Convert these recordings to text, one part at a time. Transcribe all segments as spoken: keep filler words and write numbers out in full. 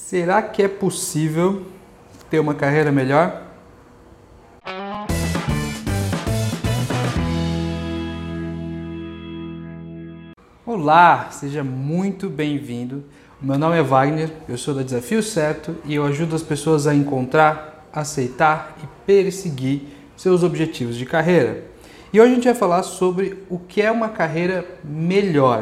Será que é possível ter uma carreira melhor? Olá, seja muito bem-vindo. O meu nome é Wagner, eu sou da Desafio Certo e eu ajudo as pessoas a encontrar, aceitar e perseguir seus objetivos de carreira. E hoje a gente vai falar sobre o que é uma carreira melhor.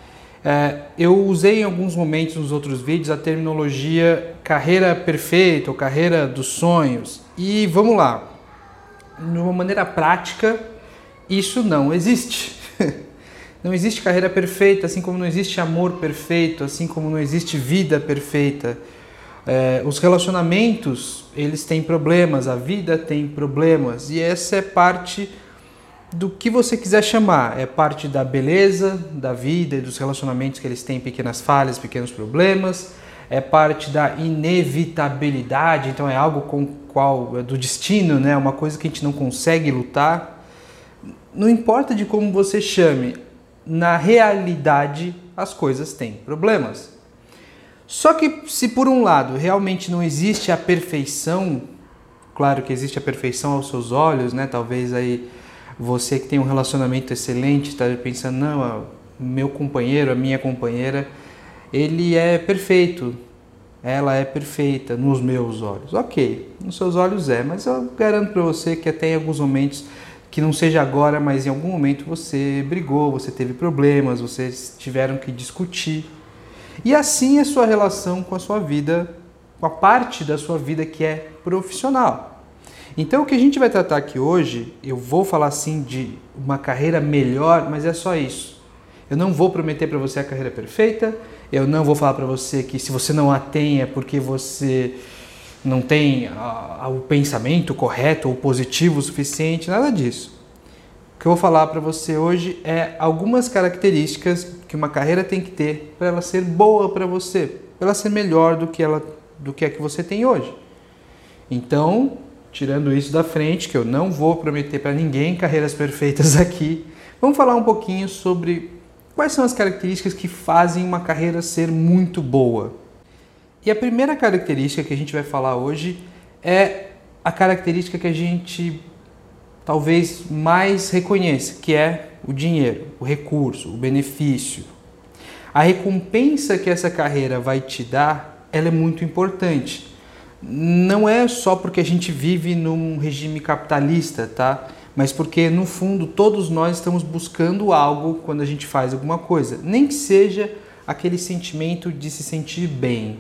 É, eu usei em alguns momentos nos outros vídeos a terminologia carreira perfeita ou carreira dos sonhos. E vamos lá, de uma maneira prática, isso não existe. Não existe carreira perfeita, assim como não existe amor perfeito, assim como não existe vida perfeita. É, os relacionamentos, eles têm problemas, a vida tem problemas. E essa é parte do que você quiser chamar. É parte da beleza da vida e dos relacionamentos que eles têm pequenas falhas, pequenos problemas. É parte da inevitabilidade, então é algo com qual é do destino, né? Uma coisa que a gente não consegue lutar. Não importa de como você chame, na realidade as coisas têm problemas. Só que se por um lado realmente não existe a perfeição, claro que existe a perfeição aos seus olhos, né? Talvez aí você que tem um relacionamento excelente está pensando, não, meu companheiro, a minha companheira, ele é perfeito, ela é perfeita nos meus olhos. Ok, nos seus olhos é, mas eu garanto para você que até em alguns momentos, que não seja agora, mas em algum momento você brigou, você teve problemas, vocês tiveram que discutir. E assim é a sua relação com a sua vida, com a parte da sua vida que é profissional. Então o que a gente vai tratar aqui hoje, eu vou falar assim de uma carreira melhor, mas é só isso. Eu não vou prometer para você a carreira perfeita, eu não vou falar para você que se você não a tem é porque você não tem a, a, o pensamento correto ou positivo o suficiente, nada disso. O que eu vou falar para você hoje é algumas características que uma carreira tem que ter para ela ser boa para você, para ela ser melhor do que, ela, do que a que você tem hoje. Então, tirando isso da frente, que eu não vou prometer para ninguém carreiras perfeitas aqui, vamos falar um pouquinho sobre quais são as características que fazem uma carreira ser muito boa. E a primeira característica que a gente vai falar hoje é a característica que a gente talvez mais reconheça, que é o dinheiro, o recurso, o benefício. A recompensa que essa carreira vai te dar, ela é muito importante. Não é só porque a gente vive num regime capitalista, tá? Mas porque, no fundo, todos nós estamos buscando algo quando a gente faz alguma coisa. Nem que seja aquele sentimento de se sentir bem.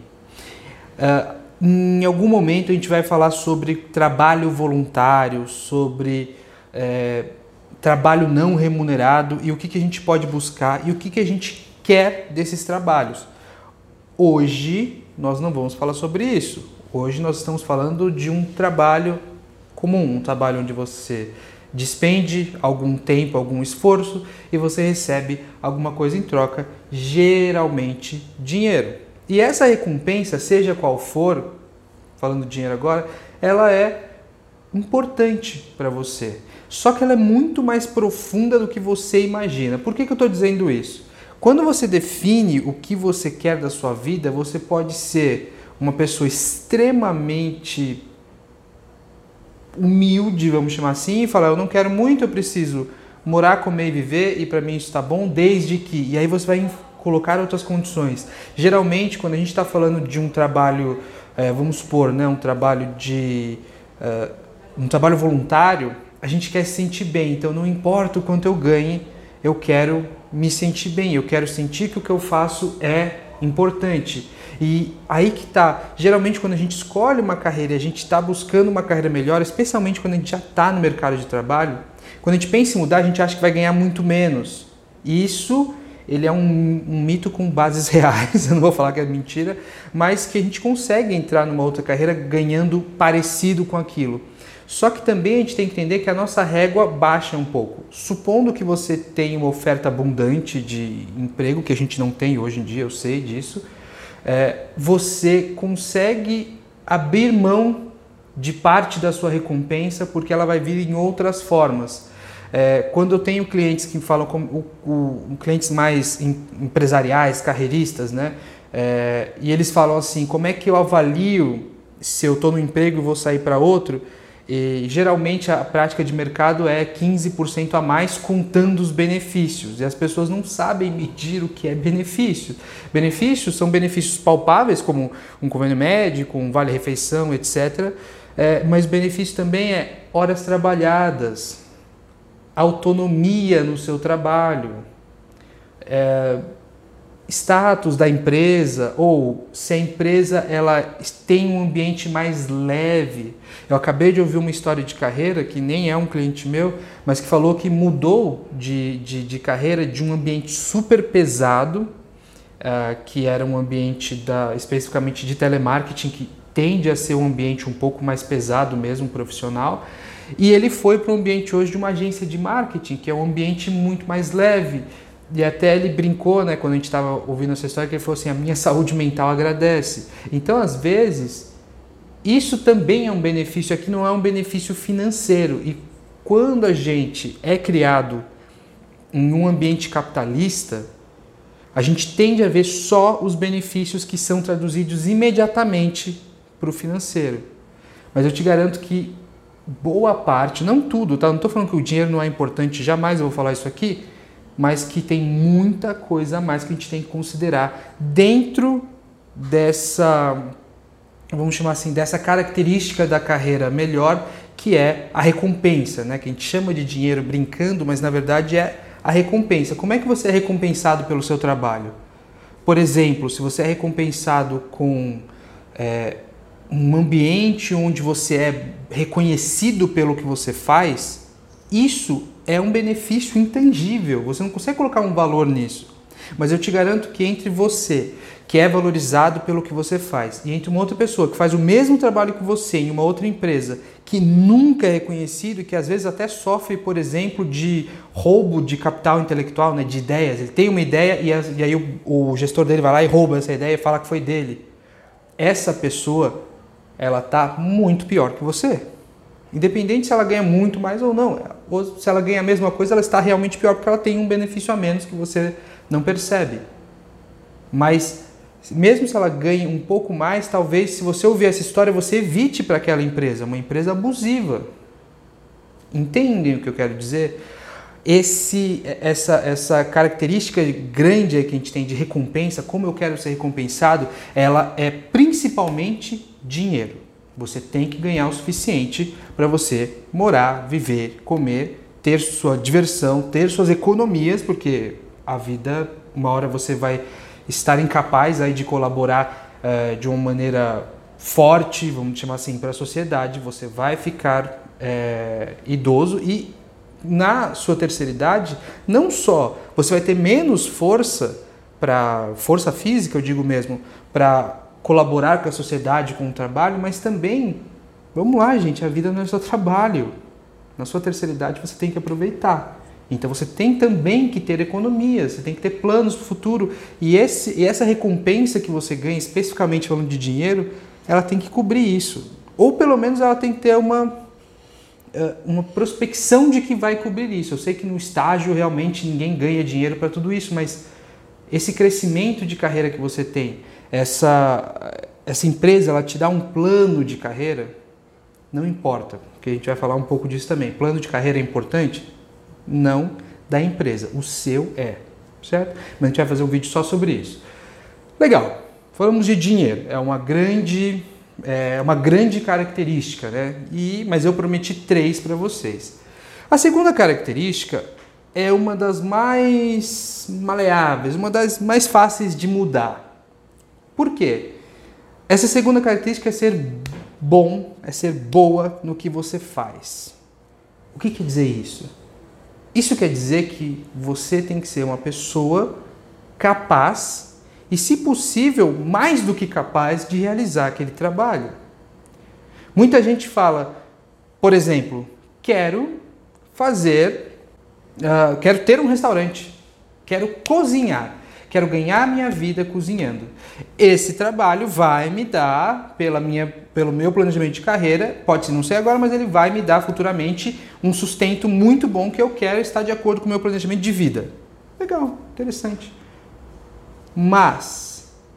Uh, em algum momento a gente vai falar sobre trabalho voluntário, sobre é, trabalho não remunerado e o que, que a gente pode buscar e o que, que a gente quer desses trabalhos. Hoje nós não vamos falar sobre isso. Hoje nós estamos falando de um trabalho comum, um trabalho onde você despende algum tempo, algum esforço e você recebe alguma coisa em troca, geralmente dinheiro. E essa recompensa, seja qual for, falando de dinheiro agora, ela é importante para você. Só que ela é muito mais profunda do que você imagina. Por que que eu estou dizendo isso? Quando você define o que você quer da sua vida, você pode ser uma pessoa extremamente humilde, vamos chamar assim, e falar, eu não quero muito, eu preciso morar, comer e viver, e para mim isso está bom, desde que... E aí você vai colocar outras condições. Geralmente, quando a gente está falando de um trabalho, é, vamos supor, né, um trabalho de uh, um trabalho voluntário, a gente quer se sentir bem. Então, não importa o quanto eu ganhe, eu quero me sentir bem. Eu quero sentir que o que eu faço é importante. E aí que tá. Geralmente, quando a gente escolhe uma carreira, a gente está buscando uma carreira melhor, especialmente quando a gente já está no mercado de trabalho. Quando a gente pensa em mudar, a gente acha que vai ganhar muito menos. Isso ele é um, um mito com bases reais, eu não vou falar que é mentira, mas que a gente consegue entrar numa outra carreira ganhando parecido com aquilo. Só que também a gente tem que entender que a nossa régua baixa um pouco. Supondo que você tem uma oferta abundante de emprego, que a gente não tem hoje em dia, eu sei disso, é, você consegue abrir mão de parte da sua recompensa porque ela vai vir em outras formas. É, quando eu tenho clientes que falam, como, o, o, clientes mais em, empresariais, carreiristas, né? É, e eles falam assim, como é que eu avalio se eu estou no emprego e vou sair para outro? E, geralmente a prática de mercado é quinze por cento a mais contando os benefícios. E as pessoas não sabem medir o que é benefício. Benefícios são benefícios palpáveis, como um convênio médico, um vale-refeição, etcétera. É, mas benefício também é horas trabalhadas, autonomia no seu trabalho, é, status da empresa, ou se a empresa ela tem um ambiente mais leve. Eu acabei de ouvir uma história de carreira, que nem é um cliente meu, mas que falou que mudou de, de, de carreira de um ambiente super pesado, uh, que era um ambiente da, especificamente de telemarketing, que tende a ser um ambiente um pouco mais pesado mesmo, profissional, e ele foi para o ambiente hoje de uma agência de marketing, que é um ambiente muito mais leve. E até ele brincou, né, quando a gente estava ouvindo essa história, que ele falou assim, a minha saúde mental agradece. Então, às vezes, isso também é um benefício, aqui não é um benefício financeiro. E quando a gente é criado em um ambiente capitalista, a gente tende a ver só os benefícios que são traduzidos imediatamente para o financeiro. Mas eu te garanto que boa parte, não tudo, tá? Não estou falando que o dinheiro não é importante, jamais eu vou falar isso aqui, mas que tem muita coisa a mais que a gente tem que considerar dentro dessa, vamos chamar assim, dessa característica da carreira melhor, que é a recompensa, né? Que a gente chama de dinheiro brincando, mas na verdade é a recompensa. Como é que você é recompensado pelo seu trabalho? Por exemplo, se você é recompensado com é, um ambiente onde você é reconhecido pelo que você faz, isso é um benefício intangível, você não consegue colocar um valor nisso. Mas eu te garanto que entre você, que é valorizado pelo que você faz, e entre uma outra pessoa que faz o mesmo trabalho que você em uma outra empresa, que nunca é reconhecido e que às vezes até sofre, por exemplo, de roubo de capital intelectual, né, de ideias. Ele tem uma ideia e, e aí o, o gestor dele vai lá e rouba essa ideia e fala que foi dele. Essa pessoa, ela está muito pior que você. Independente se ela ganha muito mais ou não, ou se ela ganha a mesma coisa, ela está realmente pior porque ela tem um benefício a menos que você não percebe. Mas mesmo se ela ganhe um pouco mais, talvez se você ouvir essa história, você evite para aquela empresa, uma empresa abusiva. Entendem o que eu quero dizer? Esse, essa, essa característica grande que a gente tem de recompensa, como eu quero ser recompensado, ela é principalmente dinheiro. Você tem que ganhar o suficiente para você morar, viver, comer, ter sua diversão, ter suas economias, porque a vida, uma hora você vai estar incapaz aí de colaborar uh, de uma maneira forte, vamos chamar assim, para a sociedade, você vai ficar é, idoso e na sua terceira idade, não só você vai ter menos força, para força física, eu digo mesmo, para colaborar com a sociedade, com o trabalho, mas também, vamos lá, gente, a vida não é só trabalho. Na sua terceira idade você tem que aproveitar. Então você tem também que ter economia, você tem que ter planos para o futuro. E, esse, e essa recompensa que você ganha, especificamente falando de dinheiro, ela tem que cobrir isso. Ou pelo menos ela tem que ter uma, uma prospecção de que vai cobrir isso. Eu sei que no estágio realmente ninguém ganha dinheiro para tudo isso, mas esse crescimento de carreira que você tem, essa, essa empresa, ela te dá um plano de carreira, não importa, porque a gente vai falar um pouco disso também. Plano de carreira é importante? Não da empresa, o seu é, certo? Mas a gente vai fazer um vídeo só sobre isso. Legal, falamos de dinheiro, é uma grande, é uma grande característica, né? E, mas eu prometi três para vocês. A segunda característica é uma das mais maleáveis, uma das mais fáceis de mudar. Por quê? Essa segunda característica é ser bom, é ser boa no que você faz. O que quer dizer isso? Isso quer dizer que você tem que ser uma pessoa capaz e, se possível, mais do que capaz de realizar aquele trabalho. Muita gente fala, por exemplo, quero fazer, uh, quero ter um restaurante, quero cozinhar. Quero ganhar minha vida cozinhando. Esse trabalho vai me dar, pela minha, pelo meu planejamento de carreira, pode não ser agora, mas ele vai me dar futuramente um sustento muito bom que eu quero estar de acordo com o meu planejamento de vida. Legal, interessante. Mas,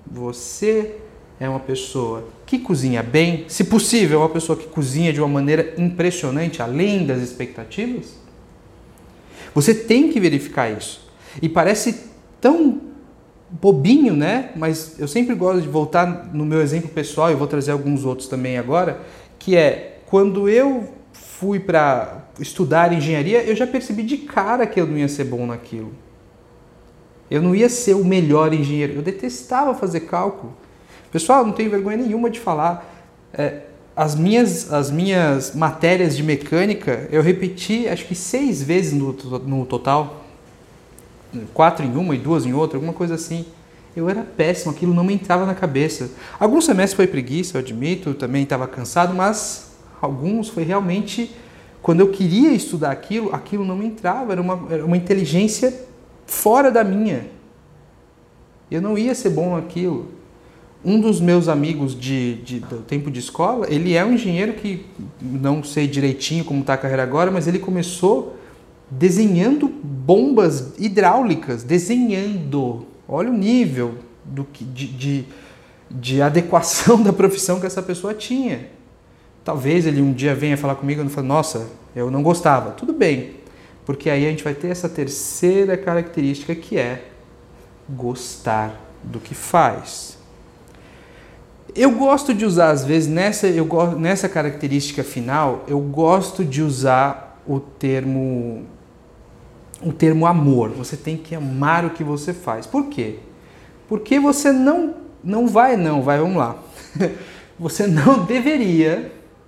Você é uma pessoa que cozinha bem? Se possível, é uma pessoa que cozinha de uma maneira impressionante, além das expectativas? Você tem que verificar isso. E parece tão bobinho, né? Mas eu sempre gosto de voltar no meu exemplo pessoal, e vou trazer alguns outros também agora, que é quando eu fui para estudar engenharia, eu já percebi de cara que eu não ia ser bom naquilo. Eu não ia ser o melhor engenheiro. Eu detestava fazer cálculo. Pessoal, não tenho vergonha nenhuma de falar. É, as, minhas, as minhas matérias de mecânica, eu repeti acho que seis vezes no, no total. Quatro em uma e duas em outra, alguma coisa assim. Eu era péssimo, aquilo não me entrava na cabeça. Alguns semestres foi preguiça, eu admito, também estava cansado, mas alguns foi realmente... Quando eu queria estudar aquilo, aquilo não me entrava, era uma, era uma inteligência fora da minha. Eu não ia ser bom naquilo. Um dos meus amigos de, de, do tempo de escola, ele é um engenheiro que, não sei direitinho como está a carreira agora, mas ele começou desenhando bombas hidráulicas, desenhando. Olha o nível do que, de, de, de adequação da profissão que essa pessoa tinha. Talvez ele um dia venha falar comigo e fale, nossa, eu não gostava. Tudo bem, porque aí a gente vai ter essa terceira característica que é gostar do que faz. Eu gosto de usar, às vezes, nessa, eu, nessa característica final, eu gosto de usar o termo, o termo amor. Você tem que amar o que você faz. Por quê? Porque você não, não vai, não, vai, vamos lá. Você não deveria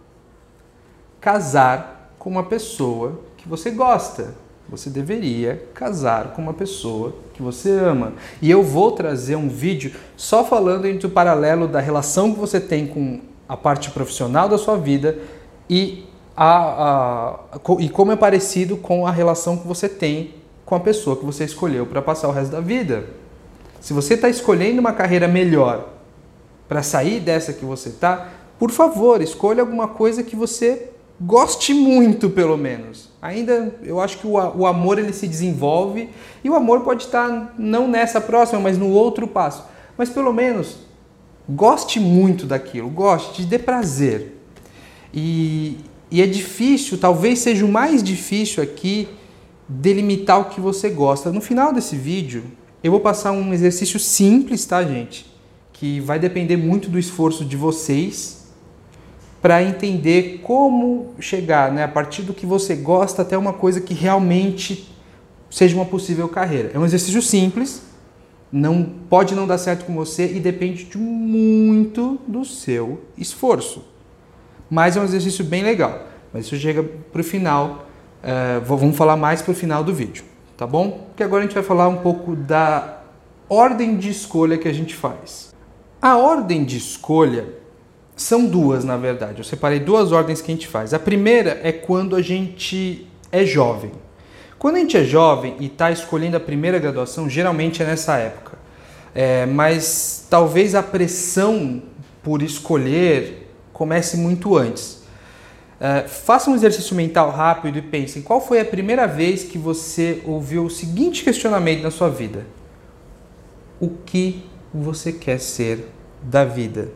casar com uma pessoa que você gosta. Você deveria casar com uma pessoa que você ama. E eu vou trazer um vídeo só falando entre o paralelo da relação que você tem com a parte profissional da sua vida e, a, a, e como é parecido com a relação que você tem com a pessoa que você escolheu para passar o resto da vida. Se você está escolhendo uma carreira melhor para sair dessa que você está, por favor, escolha alguma coisa que você goste muito, pelo menos. Ainda, eu acho que o, o amor ele se desenvolve e o amor pode estar não nessa próxima, mas no outro passo. Mas pelo menos goste muito daquilo, goste, te dê prazer. E, e é difícil, talvez seja o mais difícil aqui, delimitar o que você gosta. No final desse vídeo, eu vou passar um exercício simples, tá, gente? Que vai depender muito do esforço de vocês para entender como chegar, né, a partir do que você gosta até uma coisa que realmente seja uma possível carreira. É um exercício simples, não pode não dar certo com você e depende de muito do seu esforço. Mas é um exercício bem legal. Mas isso chega para o final, uh, vamos falar mais para o final do vídeo, tá bom? Porque agora a gente vai falar um pouco da ordem de escolha que a gente faz. A ordem de escolha são duas, na verdade. Eu separei duas ordens que a gente faz. A primeira é quando a gente é jovem. Quando a gente é jovem e está escolhendo a primeira graduação, geralmente é nessa época. É, mas talvez a pressão por escolher comece muito antes. É, faça um exercício mental rápido e pense, qual foi a primeira vez que você ouviu o seguinte questionamento na sua vida? O que você quer ser da vida?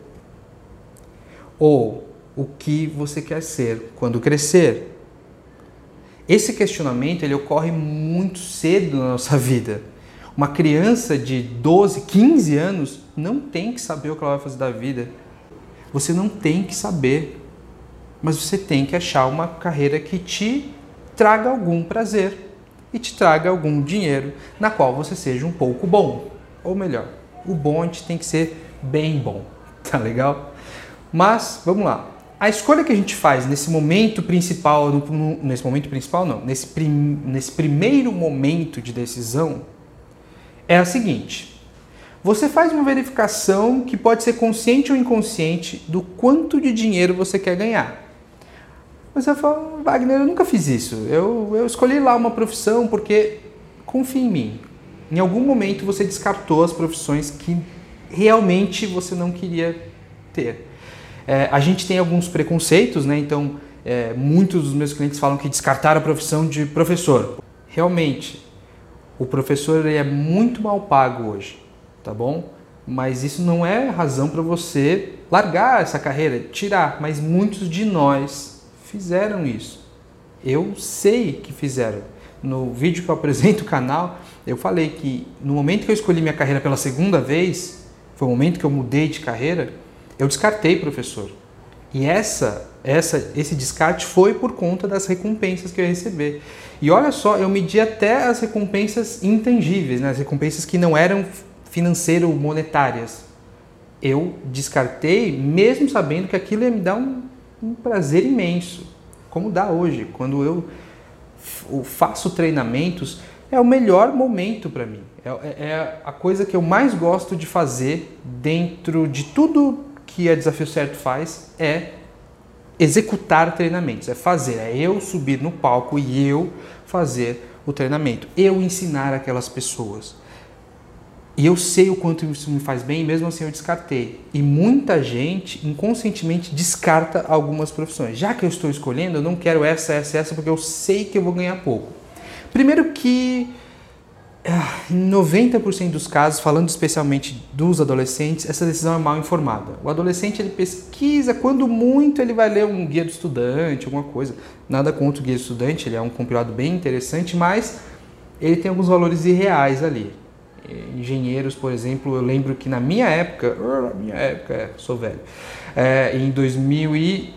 Ou o que você quer ser quando crescer? Esse questionamento ele ocorre muito cedo na nossa vida. Uma criança de doze, quinze anos não tem que saber o que ela vai fazer da vida. Você não tem que saber, mas você tem que achar uma carreira que te traga algum prazer e te traga algum dinheiro, na qual você seja um pouco bom. Ou melhor, o bom a gente tem que ser bem bom. Tá legal? Mas, vamos lá. A escolha que a gente faz nesse momento principal, no, no, nesse momento principal não, nesse, prim, nesse primeiro momento de decisão, é a seguinte. Você faz uma verificação que pode ser consciente ou inconsciente do quanto de dinheiro você quer ganhar. Você fala, Wagner, eu nunca fiz isso. Eu, eu escolhi lá uma profissão porque, confia em mim, em algum momento você descartou as profissões que realmente você não queria ter. É, a gente tem alguns preconceitos, né? Então, é, muitos dos meus clientes falam que descartaram a profissão de professor. Realmente, o professor ele é muito mal pago hoje, tá bom? Mas isso não é razão para você largar essa carreira, tirar. Mas muitos de nós fizeram isso. Eu sei que fizeram. No vídeo que eu apresento o canal, eu falei que no momento que eu escolhi minha carreira pela segunda vez, foi o momento que eu mudei de carreira, eu descartei professor. E essa, essa, esse descarte foi por conta das recompensas que eu ia receber. E olha só, eu medi até as recompensas intangíveis, né? As recompensas que não eram financeiro-monetárias. Eu descartei, mesmo sabendo que aquilo ia me dar um, um prazer imenso, como dá hoje. Quando eu faço treinamentos, é o melhor momento para mim. É, é a coisa que eu mais gosto de fazer dentro de tudo que a Desafio Certo faz, é executar treinamentos, é fazer, é eu subir no palco e eu fazer o treinamento, eu ensinar aquelas pessoas. E eu sei o quanto isso me faz bem, e mesmo assim eu descartei. E muita gente inconscientemente descarta algumas profissões. Já que eu estou escolhendo, eu não quero essa, essa, essa, porque eu sei que eu vou ganhar pouco. Primeiro que em noventa por cento dos casos, falando especialmente dos adolescentes, essa decisão é mal informada. O adolescente ele pesquisa, quando muito ele vai ler um guia do estudante, alguma coisa. Nada contra o guia do estudante, ele é um compilado bem interessante, mas ele tem alguns valores irreais ali. Engenheiros, por exemplo, eu lembro que na minha época, na minha época, é, sou velho, é, em dois mil e,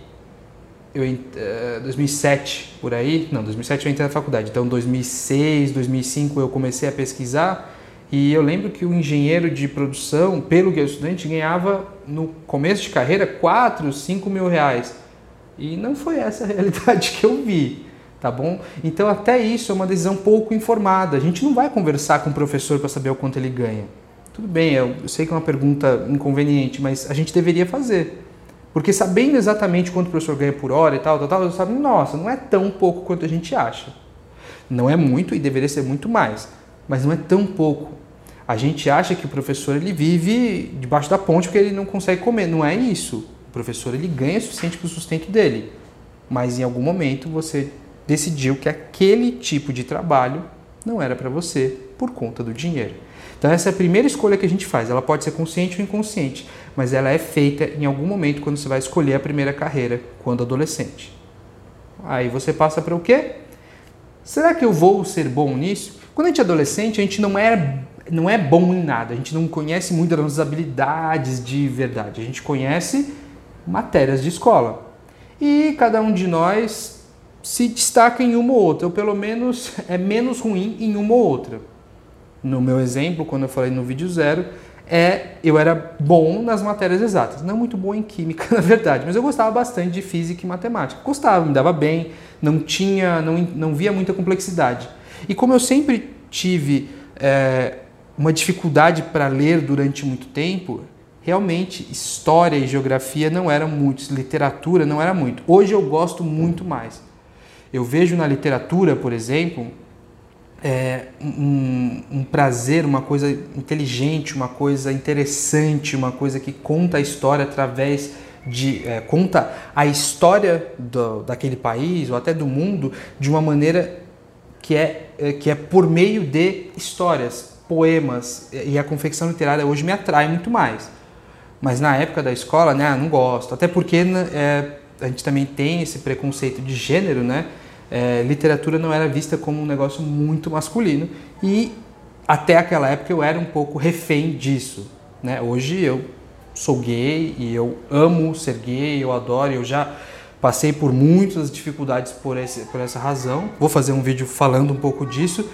eu, é, dois mil e sete, por aí, não, dois mil e sete eu entrei na faculdade, então dois mil e seis, dois mil e cinco eu comecei a pesquisar e eu lembro que o engenheiro de produção, pelo guia do estudante, ganhava no começo de carreira quatro, cinco mil reais e não foi essa a realidade que eu vi. Tá bom? Então até isso é uma decisão pouco informada. A gente não vai conversar com o professor para saber o quanto ele ganha. Tudo bem, eu sei que é uma pergunta inconveniente, mas a gente deveria fazer. Porque sabendo exatamente quanto o professor ganha por hora e tal, tal, tal, eu sabe, nossa, não é tão pouco quanto a gente acha. Não é muito e deveria ser muito mais, mas não é tão pouco. A gente acha que o professor ele vive debaixo da ponte porque ele não consegue comer. Não é isso. O professor ele ganha o suficiente para o sustento dele. Mas em algum momento você decidiu que aquele tipo de trabalho não era para você por conta do dinheiro. Então essa é a primeira escolha que a gente faz. Ela pode ser consciente ou inconsciente, mas ela é feita em algum momento quando você vai escolher a primeira carreira, quando adolescente. Aí você passa para o quê? Será que eu vou ser bom nisso? Quando a gente é adolescente, a gente não é, não é bom em nada. A gente não conhece muito das nossas habilidades de verdade. A gente conhece matérias de escola. E cada um de nós se destaca em uma ou outra, ou pelo menos é menos ruim em uma ou outra. No meu exemplo, quando eu falei no vídeo zero, é, eu era bom nas matérias exatas. Não muito bom em química, na verdade, mas eu gostava bastante de física e matemática. Gostava, me dava bem, não tinha, não, não via muita complexidade. E como eu sempre tive é, uma dificuldade para ler durante muito tempo, realmente história e geografia não eram muitos, literatura não era muito. Hoje eu gosto muito mais. Eu vejo na literatura, por exemplo, é, um, um prazer, uma coisa inteligente, uma coisa interessante, uma coisa que conta a história através de... É, conta a história do, daquele país ou até do mundo de uma maneira que é, é, que é por meio de histórias, poemas, e a confecção literária hoje me atrai muito mais. Mas na época da escola, né, não gosto. Até porque é, a gente também tem esse preconceito de gênero, né? É, literatura não era vista como um negócio muito masculino e até aquela época eu era um pouco refém disso, né? Hoje eu sou gay e eu amo ser gay, eu adoro, eu já passei por muitas dificuldades por, esse, por essa razão. Vou fazer um vídeo falando um pouco disso,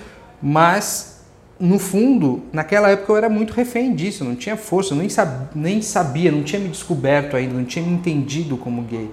mas no fundo, naquela época eu era muito refém disso, não tinha força, eu nem, sab, nem sabia, não tinha me descoberto ainda, não tinha me entendido como gay.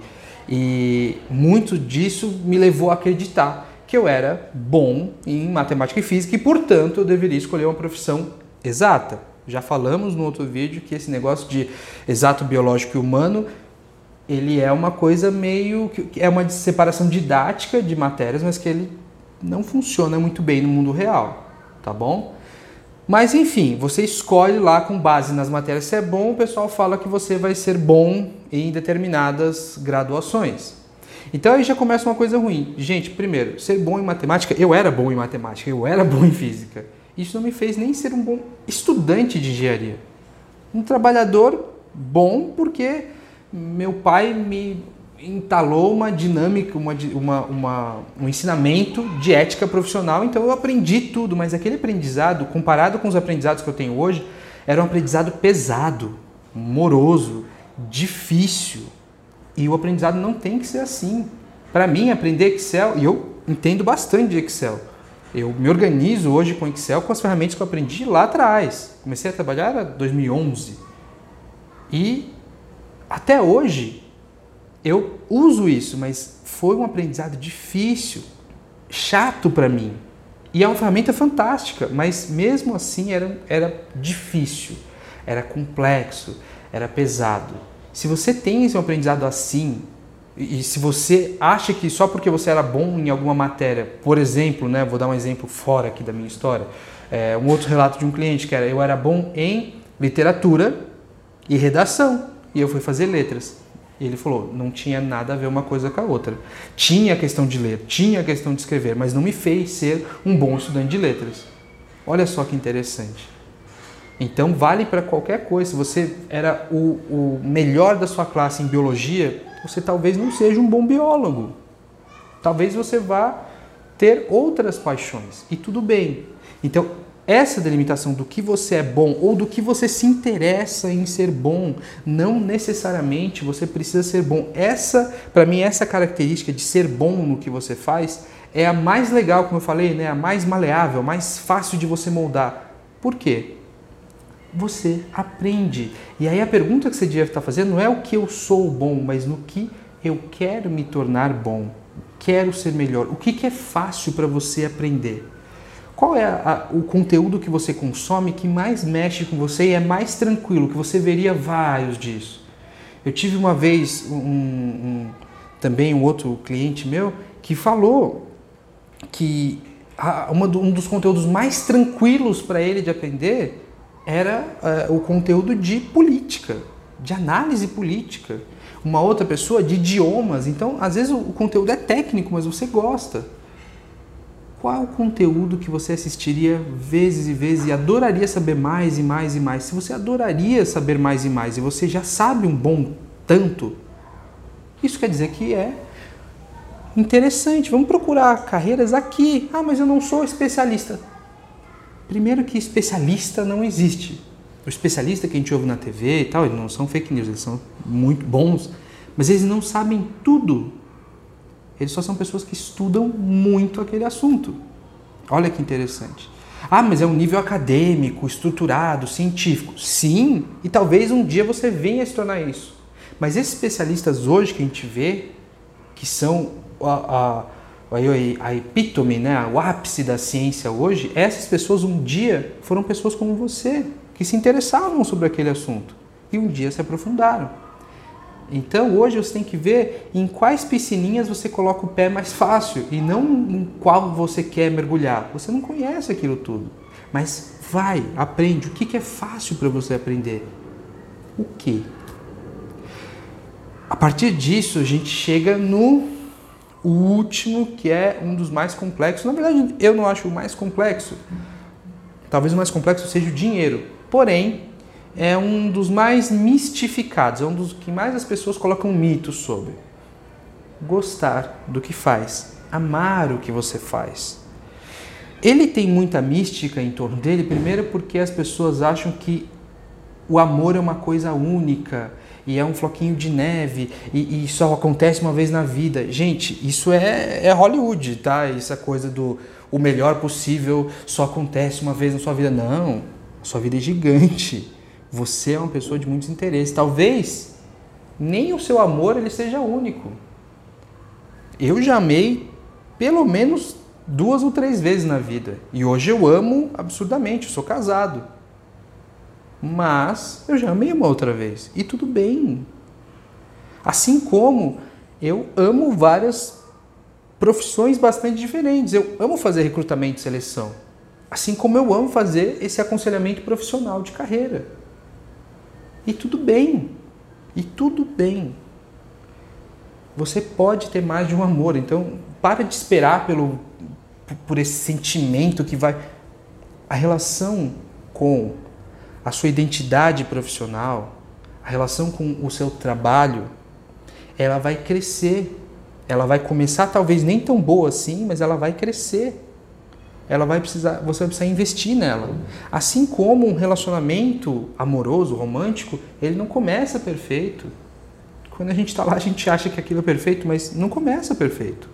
E muito disso me levou a acreditar que eu era bom em matemática e física e, portanto, eu deveria escolher uma profissão exata. Já falamos no outro vídeo que esse negócio de exato, biológico e humano, ele é uma coisa meio... é uma separação didática de matérias, mas que ele não funciona muito bem no mundo real, tá bom? Mas, enfim, você escolhe lá com base nas matérias se é bom, o pessoal fala que você vai ser bom em determinadas graduações. Então aí já começa uma coisa ruim. Gente, primeiro, ser bom em matemática, eu era bom em matemática, eu era bom em física. Isso não me fez nem ser um bom estudante de engenharia. Um trabalhador bom porque meu pai me entalou uma dinâmica, uma, uma, uma, um ensinamento de ética profissional, então eu aprendi tudo, mas aquele aprendizado, comparado com os aprendizados que eu tenho hoje, era um aprendizado pesado, moroso, difícil. E o aprendizado não tem que ser assim. Para mim, aprender Excel, e eu entendo bastante de Excel, eu me organizo hoje com Excel com as ferramentas que eu aprendi lá atrás. Comecei a trabalhar em dois mil e onze. E até hoje eu uso isso, mas foi um aprendizado difícil, chato para mim. E é uma ferramenta fantástica, mas mesmo assim era, era difícil, era complexo, era pesado. Se você tem esse aprendizado assim, e se você acha que só porque você era bom em alguma matéria, por exemplo, né, vou dar um exemplo fora aqui da minha história, é, um outro relato de um cliente que era, eu era bom em literatura e redação, e eu fui fazer letras. E ele falou, não tinha nada a ver uma coisa com a outra. Tinha a questão de ler, tinha a questão de escrever, mas não me fez ser um bom estudante de letras. Olha só que interessante. Então vale para qualquer coisa. Se você era o, o melhor da sua classe em biologia, você talvez não seja um bom biólogo. Talvez você vá ter outras paixões. E tudo bem. Então, essa delimitação do que você é bom ou do que você se interessa em ser bom, não necessariamente você precisa ser bom. Essa, para mim, essa característica de ser bom no que você faz é a mais legal, como eu falei, né? A mais maleável, a mais fácil de você moldar. Por quê? Você aprende. E aí a pergunta que você deve estar fazendo não é o que eu sou bom, mas no que eu quero me tornar bom. Quero ser melhor. O que, que é fácil para você aprender? Qual é a, a, o conteúdo que você consome que mais mexe com você e é mais tranquilo, que você veria vários disso? Eu tive uma vez um, um, também um outro cliente meu que falou que a, uma do, um dos conteúdos mais tranquilos para ele de aprender era uh, o conteúdo de política, de análise política. Uma outra pessoa de idiomas. Então, às vezes o, o conteúdo é técnico, mas você gosta. Qual é o conteúdo que você assistiria vezes e vezes e adoraria saber mais e mais e mais? Se você adoraria saber mais e mais e você já sabe um bom tanto, isso quer dizer que é interessante. Vamos procurar carreiras aqui. Ah, mas eu não sou especialista. Primeiro que especialista não existe. O especialista que a gente ouve na T V e tal, eles não são fake news, eles são muito bons, mas eles não sabem tudo. Eles só são pessoas que estudam muito aquele assunto. Olha que interessante. Ah, mas é um nível acadêmico, estruturado, científico. Sim, e talvez um dia você venha a se tornar isso. Mas esses especialistas hoje que a gente vê, que são a, a, a epítome, né, o ápice da ciência hoje, essas pessoas um dia foram pessoas como você, que se interessavam sobre aquele assunto e um dia se aprofundaram. Então hoje você tem que ver em quais piscininhas você coloca o pé mais fácil e não em qual você quer mergulhar. Você não conhece aquilo tudo, mas vai, aprende. O que é fácil para você aprender? O quê? A partir disso a gente chega no último, que é um dos mais complexos. Na verdade eu não acho o mais complexo. Talvez o mais complexo seja o dinheiro. Porém, é um dos mais mistificados, é um dos que mais as pessoas colocam mitos sobre. Gostar do que faz, amar o que você faz. Ele tem muita mística em torno dele, primeiro porque as pessoas acham que o amor é uma coisa única e é um floquinho de neve e, e só acontece uma vez na vida. Gente, isso é, é Hollywood, tá? Essa coisa do o melhor possível só acontece uma vez na sua vida. Não, a sua vida é gigante. Você é uma pessoa de muitos interesses. Talvez nem o seu amor ele seja único. Eu já amei pelo menos duas ou três vezes na vida. E hoje eu amo absurdamente. Eu sou casado. Mas eu já amei uma outra vez. E tudo bem. Assim como eu amo várias profissões bastante diferentes. Eu amo fazer recrutamento e seleção. Assim como eu amo fazer esse aconselhamento profissional de carreira. E tudo bem, e tudo bem. Você pode ter mais de um amor, então para de esperar pelo, por esse sentimento que vai... A relação com a sua identidade profissional, a relação com o seu trabalho, ela vai crescer. Ela vai começar talvez nem tão boa assim, mas ela vai crescer. Ela vai precisar, você vai precisar investir nela. Assim como um relacionamento amoroso, romântico, ele não começa perfeito. Quando a gente está lá, a gente acha que aquilo é perfeito, mas não começa perfeito.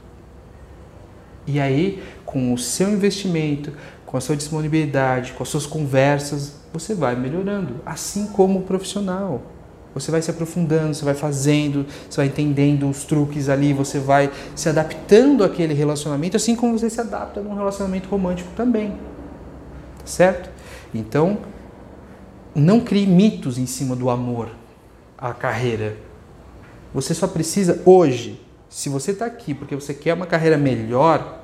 E aí, com o seu investimento, com a sua disponibilidade, com as suas conversas, você vai melhorando. Assim como o profissional. Você vai se aprofundando, você vai fazendo, você vai entendendo os truques ali, você vai se adaptando àquele relacionamento, assim como você se adapta num relacionamento romântico também. Certo? Então, não crie mitos em cima do amor, a carreira. Você só precisa, hoje, se você está aqui porque você quer uma carreira melhor,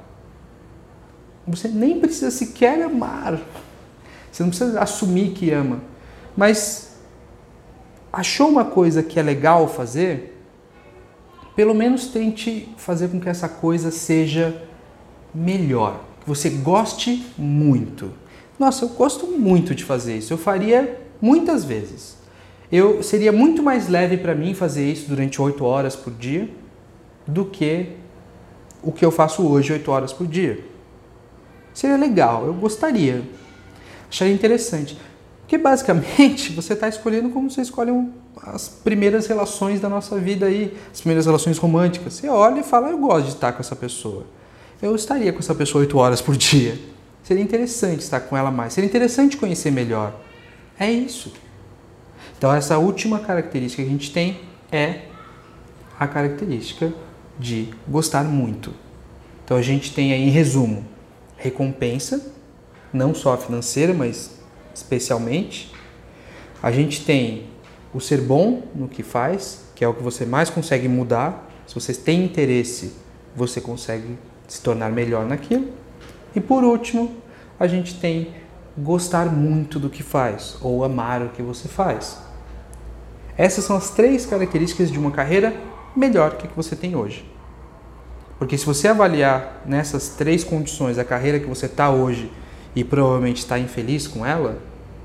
você nem precisa sequer amar. Você não precisa assumir que ama. Mas achou uma coisa que é legal fazer? Pelo menos tente fazer com que essa coisa seja melhor. Que você goste muito. Nossa, eu gosto muito de fazer isso. Eu faria muitas vezes. Eu seria muito mais leve para mim fazer isso durante oito horas por dia do que o que eu faço hoje, oito horas por dia. Seria legal, eu gostaria. Acharia interessante. Porque basicamente você está escolhendo como você escolhe um, as primeiras relações da nossa vida aí, as primeiras relações românticas. Você olha e fala, eu gosto de estar com essa pessoa. Eu estaria com essa pessoa oito horas por dia. Seria interessante estar com ela mais. Seria interessante conhecer melhor. É isso. Então essa última característica que a gente tem é a característica de gostar muito. Então a gente tem aí, em resumo, recompensa, não só financeira, mas especialmente. A gente tem o ser bom no que faz, que é o que você mais consegue mudar. Se você tem interesse, você consegue se tornar melhor naquilo. E por último, a gente tem gostar muito do que faz, ou amar o que você faz. Essas são as três características de uma carreira melhor que a que você tem hoje. Porque se você avaliar nessas três condições a carreira que você está hoje e provavelmente está infeliz com ela,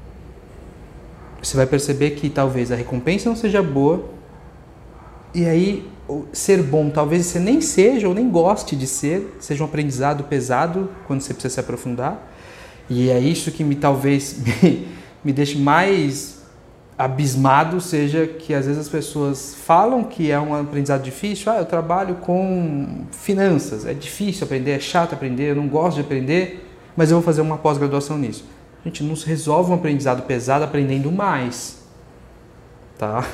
você vai perceber que talvez a recompensa não seja boa, e aí ser bom talvez você nem seja ou nem goste de ser, seja um aprendizado pesado quando você precisa se aprofundar, e é isso que me talvez me, me deixe mais abismado, seja que às vezes as pessoas falam que é um aprendizado difícil. Ah, eu trabalho com finanças, é difícil aprender, é chato aprender, eu não gosto de aprender, mas eu vou fazer uma pós-graduação nisso. A gente não se resolve um aprendizado pesado aprendendo mais, tá?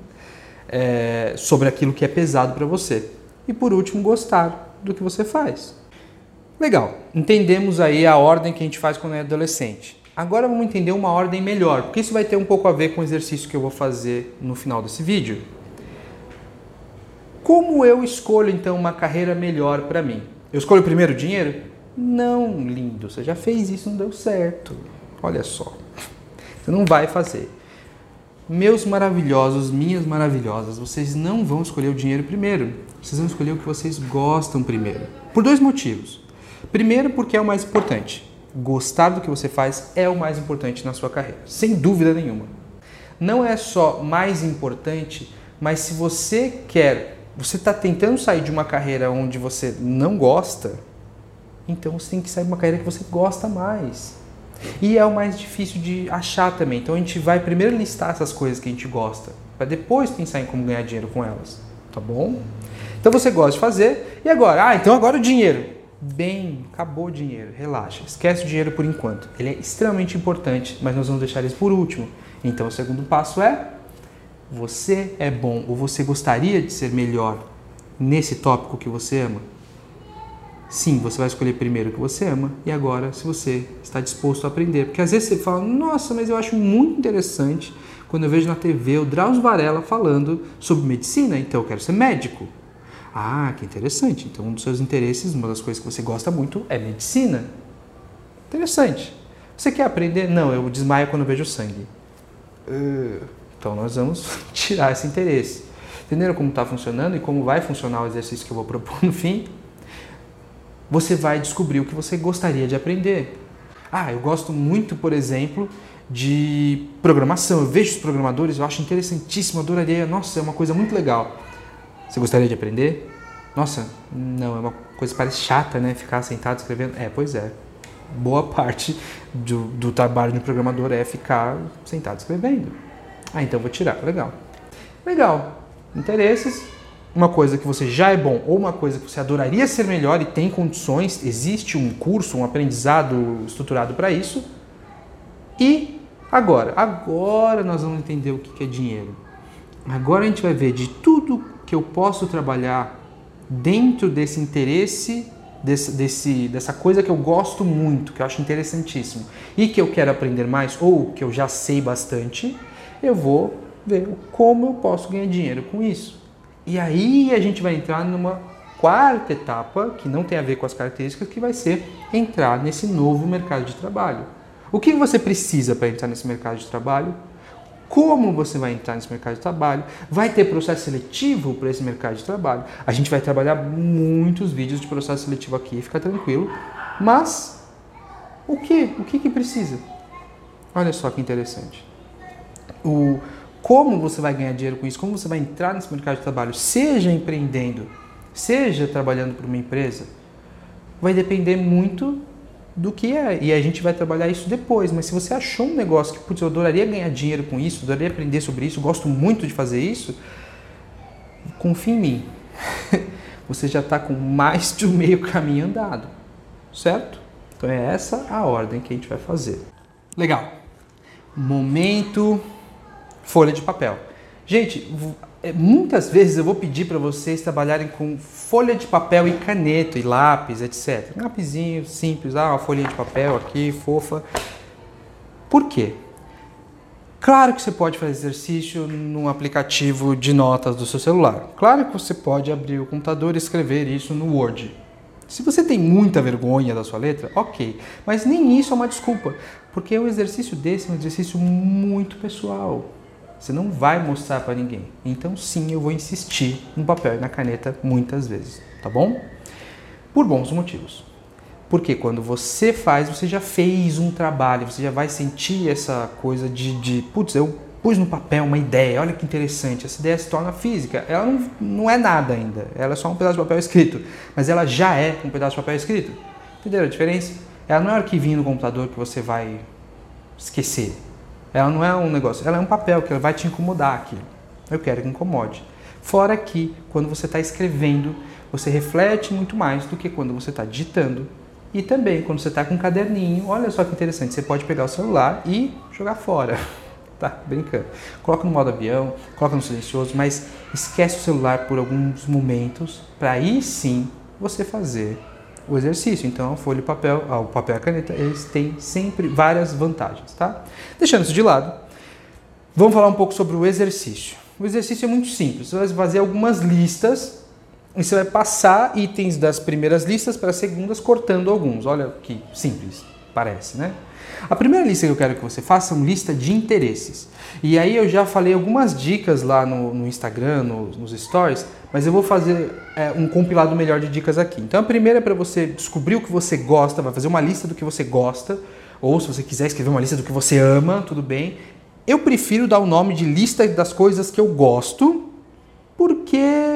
É, sobre aquilo que é pesado para você. E por último, gostar do que você faz. Legal, entendemos aí a ordem que a gente faz quando é adolescente. Agora vamos entender uma ordem melhor, porque isso vai ter um pouco a ver com o exercício que eu vou fazer no final desse vídeo. Como eu escolho então uma carreira melhor para mim? Eu escolho primeiro o dinheiro? Não, lindo, você já fez isso, não deu certo. Olha só, você não vai fazer. Meus maravilhosos, minhas maravilhosas, vocês não vão escolher o dinheiro primeiro. Vocês vão escolher o que vocês gostam primeiro. Por dois motivos. Primeiro, porque é o mais importante. Gostar do que você faz é o mais importante na sua carreira, sem dúvida nenhuma. Não é só mais importante, mas se você quer, você está tentando sair de uma carreira onde você não gosta, então você tem que sair de uma carreira que você gosta mais. E é o mais difícil de achar também. Então a gente vai primeiro listar essas coisas que a gente gosta, para depois pensar em como ganhar dinheiro com elas, tá bom? Então você gosta de fazer, e agora? Ah, então agora o dinheiro. Bem, acabou o dinheiro, relaxa, esquece o dinheiro por enquanto. Ele é extremamente importante, mas nós vamos deixar isso por último. Então o segundo passo é, você é bom ou você gostaria de ser melhor nesse tópico que você ama? Sim, você vai escolher primeiro o que você ama e agora se você está disposto a aprender. Porque às vezes você fala, nossa, mas eu acho muito interessante quando eu vejo na T V o Drauzio Varela falando sobre medicina, então eu quero ser médico. Ah, que interessante. Então, um dos seus interesses, uma das coisas que você gosta muito é medicina. Interessante. Você quer aprender? Não, eu desmaio quando eu vejo sangue. Uh, então, nós vamos tirar esse interesse. Entenderam como está funcionando e como vai funcionar o exercício que eu vou propor no fim? Você vai descobrir o que você gostaria de aprender. Ah, eu gosto muito, por exemplo, de programação. Eu vejo os programadores, eu acho interessantíssimo, adoraria. Nossa, é uma coisa muito legal. Você gostaria de aprender? Nossa, não, é uma coisa que parece chata, né? Ficar sentado escrevendo. É, pois é. Boa parte do, do trabalho de um programador é ficar sentado escrevendo. Ah, então vou tirar. Legal. Legal. Interesses. Uma coisa que você já é bom ou uma coisa que você adoraria ser melhor e tem condições, existe um curso, um aprendizado estruturado para isso. E agora? Agora nós vamos entender o que é dinheiro. Agora a gente vai ver de tudo que eu posso trabalhar dentro desse interesse, desse, desse, dessa coisa que eu gosto muito, que eu acho interessantíssimo e que eu quero aprender mais ou que eu já sei bastante, eu vou ver como eu posso ganhar dinheiro com isso. E aí a gente vai entrar numa quarta etapa, que não tem a ver com as características, que vai ser entrar nesse novo mercado de trabalho. O que você precisa para entrar nesse mercado de trabalho? Como você vai entrar nesse mercado de trabalho? Vai ter processo seletivo para esse mercado de trabalho? A gente vai trabalhar muitos vídeos de processo seletivo aqui, fica tranquilo. Mas o que? O que, que precisa? Olha só que interessante. O, como você vai ganhar dinheiro com isso? Como você vai entrar nesse mercado de trabalho? Seja empreendendo, seja trabalhando para uma empresa, vai depender muito do que é, e a gente vai trabalhar isso depois, mas se você achou um negócio que, putz, eu adoraria ganhar dinheiro com isso, adoraria aprender sobre isso, gosto muito de fazer isso, confia em mim, você já está com mais de um meio caminho andado, certo? Então é essa a ordem que a gente vai fazer. Legal. Momento folha de papel. Gente, muitas vezes eu vou pedir para vocês trabalharem com folha de papel e caneta e lápis, etcétera. Um lapisinho simples, ah, uma folhinha de papel aqui, fofa. Por quê? Claro que você pode fazer exercício num aplicativo de notas do seu celular. Claro que você pode abrir o computador e escrever isso no Word. Se você tem muita vergonha da sua letra, ok. Mas nem isso é uma desculpa, porque o exercício desse é um exercício muito pessoal. Você não vai mostrar para ninguém. Então sim, eu vou insistir no papel e na caneta muitas vezes, tá bom? Por bons motivos. Porque quando você faz, você já fez um trabalho, você já vai sentir essa coisa de, de putz, eu pus no papel uma ideia, olha que interessante, essa ideia se torna física. Ela não, não é nada ainda, ela é só um pedaço de papel escrito, mas ela já é um pedaço de papel escrito. Entenderam a diferença? Ela não é um arquivinho no computador que você vai esquecer. Ela não é um negócio, ela é um papel que ela vai te incomodar aquilo. Eu quero que incomode. Fora que, quando você está escrevendo, você reflete muito mais do que quando você está digitando. E também, quando você está com um caderninho, olha só que interessante, você pode pegar o celular e jogar fora. Tá, brincando. Coloca no modo avião, coloca no silencioso, mas esquece o celular por alguns momentos, para aí sim você fazer o exercício. Então, a folha e o papel, ah, o papel e a caneta, eles têm sempre várias vantagens, tá? Deixando isso de lado, vamos falar um pouco sobre o exercício. O exercício é muito simples. Você vai fazer algumas listas e você vai passar itens das primeiras listas para as segundas, cortando alguns. Olha que simples parece, né? A primeira lista que eu quero que você faça é uma lista de interesses. E aí eu já falei algumas dicas lá no, no Instagram, no, nos stories, mas eu vou fazer é, um compilado melhor de dicas aqui. Então a primeira é para você descobrir o que você gosta, vai fazer uma lista do que você gosta, ou se você quiser escrever uma lista do que você ama, tudo bem. Eu prefiro dar o nome de lista das coisas que eu gosto, porque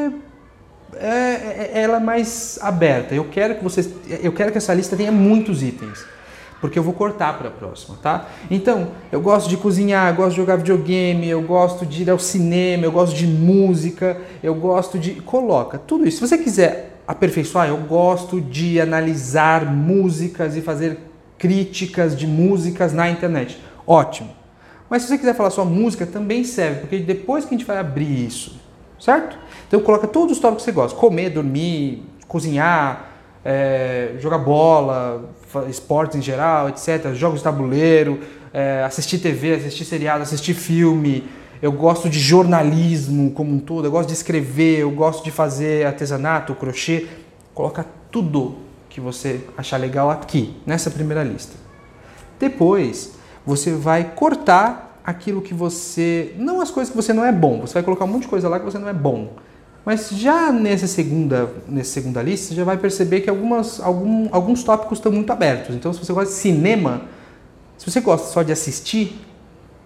é, é, ela é mais aberta. Eu quero que você, eu quero que essa lista tenha muitos itens, porque eu vou cortar para a próxima, tá? Então, eu gosto de cozinhar, eu gosto de jogar videogame, eu gosto de ir ao cinema, eu gosto de música, eu gosto de... Coloca tudo isso. Se você quiser aperfeiçoar, eu gosto de analisar músicas e fazer críticas de músicas na internet. Ótimo. Mas se você quiser falar só música, também serve, porque depois que a gente vai abrir isso, certo? Então, coloca todos os tópicos que você gosta. Comer, dormir, cozinhar, é, jogar bola, esportes em geral, etcétera, jogos de tabuleiro, é, assistir T V, assistir seriado, assistir filme. Eu gosto de jornalismo como um todo, eu gosto de escrever, eu gosto de fazer artesanato, crochê. Coloca tudo que você achar legal aqui, nessa primeira lista. Depois, você vai cortar aquilo que você... Não as coisas que você não é bom, você vai colocar um monte de coisa lá que você não é bom. Mas já nessa segunda, nessa segunda lista, você já vai perceber que algumas, algum, alguns tópicos estão muito abertos. Então, se você gosta de cinema, se você gosta só de assistir,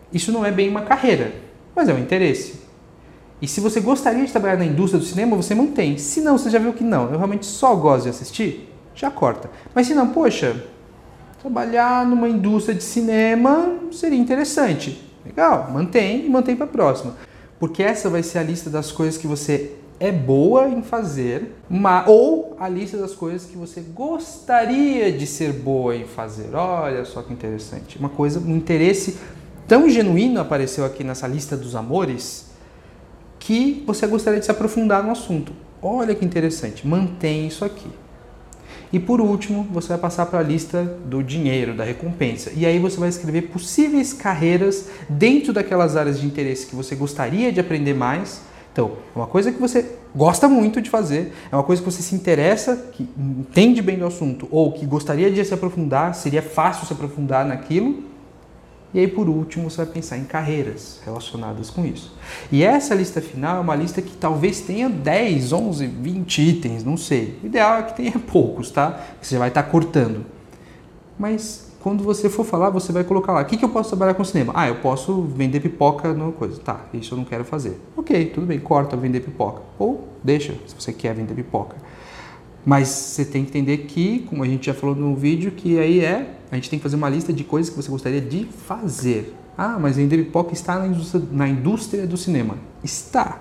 isso não é bem uma carreira, mas é um interesse. E se você gostaria de trabalhar na indústria do cinema, você mantém. Se não, você já viu que não, eu realmente só gosto de assistir, já corta. Mas se não, poxa, trabalhar numa indústria de cinema seria interessante. Legal, mantém e mantém para a próxima. Porque essa vai ser a lista das coisas que você é boa em fazer, ou a lista das coisas que você gostaria de ser boa em fazer. Olha só que interessante. Uma coisa, um interesse tão genuíno apareceu aqui nessa lista dos amores que você gostaria de se aprofundar no assunto. Olha que interessante. Mantém isso aqui. E por último, você vai passar para a lista do dinheiro, da recompensa. E aí você vai escrever possíveis carreiras dentro daquelas áreas de interesse que você gostaria de aprender mais. Então, é uma coisa que você gosta muito de fazer, é uma coisa que você se interessa, que entende bem do assunto, ou que gostaria de se aprofundar, seria fácil se aprofundar naquilo. E aí, por último, você vai pensar em carreiras relacionadas com isso. E essa lista final é uma lista que talvez tenha dez, onze, vinte itens, não sei. O ideal é que tenha poucos, tá? Você já vai estar cortando. Mas quando você for falar, você vai colocar lá, o que, que eu posso trabalhar com cinema? Ah, eu posso vender pipoca numa coisa. Tá, isso eu não quero fazer. Ok, tudo bem, corta vender pipoca. Ou deixa, se você quer vender pipoca. Mas você tem que entender que, como a gente já falou no vídeo, que aí é, a gente tem que fazer uma lista de coisas que você gostaria de fazer. Ah, mas vender pipoca está na indústria, na indústria do cinema. Está.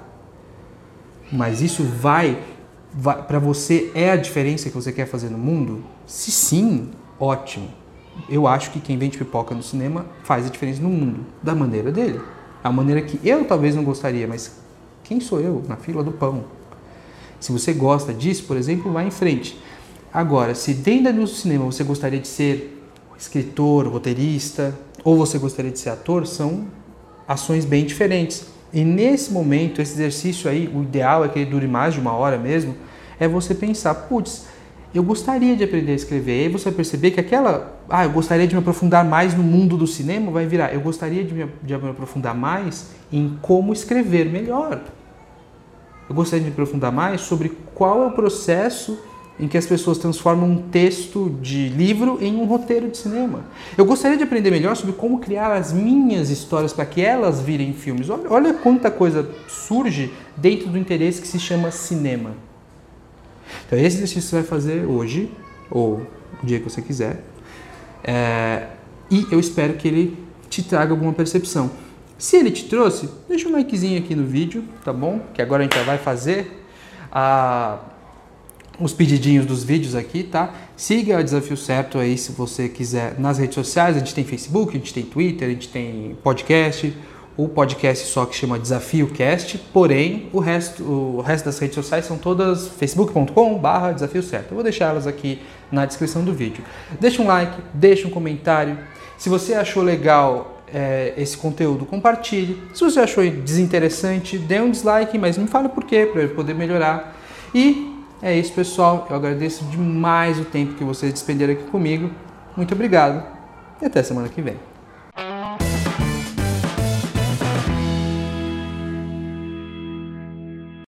Mas isso vai, vai para você, é a diferença que você quer fazer no mundo? Se sim, ótimo. Eu acho que quem vende pipoca no cinema faz a diferença no mundo, da maneira dele. A maneira que eu talvez não gostaria, mas quem sou eu na fila do pão? Se você gosta disso, por exemplo, vá em frente. Agora, se dentro do cinema você gostaria de ser escritor, roteirista, ou você gostaria de ser ator, são ações bem diferentes. E nesse momento, esse exercício aí, o ideal é que ele dure mais de uma hora mesmo, é você pensar, putz, eu gostaria de aprender a escrever. E aí você vai perceber que aquela, ah, eu gostaria de me aprofundar mais no mundo do cinema, vai virar, eu gostaria de me, de me aprofundar mais em como escrever melhor. Eu gostaria de me aprofundar mais sobre qual é o processo em que as pessoas transformam um texto de livro em um roteiro de cinema. Eu gostaria de aprender melhor sobre como criar as minhas histórias para que elas virem filmes. Olha, olha quanta coisa surge dentro do interesse que se chama cinema. Então esse exercício você vai fazer hoje, ou o dia que você quiser, é, e eu espero que ele te traga alguma percepção. Se ele te trouxe, deixa um likezinho aqui no vídeo, tá bom? Que agora a gente já vai fazer a, os pedidinhos dos vídeos aqui, tá? Siga o Desafio Certo aí se você quiser nas redes sociais. A gente tem Facebook, a gente tem Twitter, a gente tem podcast. O podcast só que chama Desafio Cast, porém o resto, o resto das redes sociais são todas facebook ponto com barra desafio certo. Eu vou deixar elas aqui na descrição do vídeo. Deixa um like, deixa um comentário. Se você achou legal É, esse conteúdo, compartilhe. Se você achou desinteressante, dê um dislike, mas me fala por quê, para eu poder melhorar. E é isso, pessoal. Eu agradeço demais o tempo que vocês despenderam aqui comigo. Muito obrigado e até semana que vem.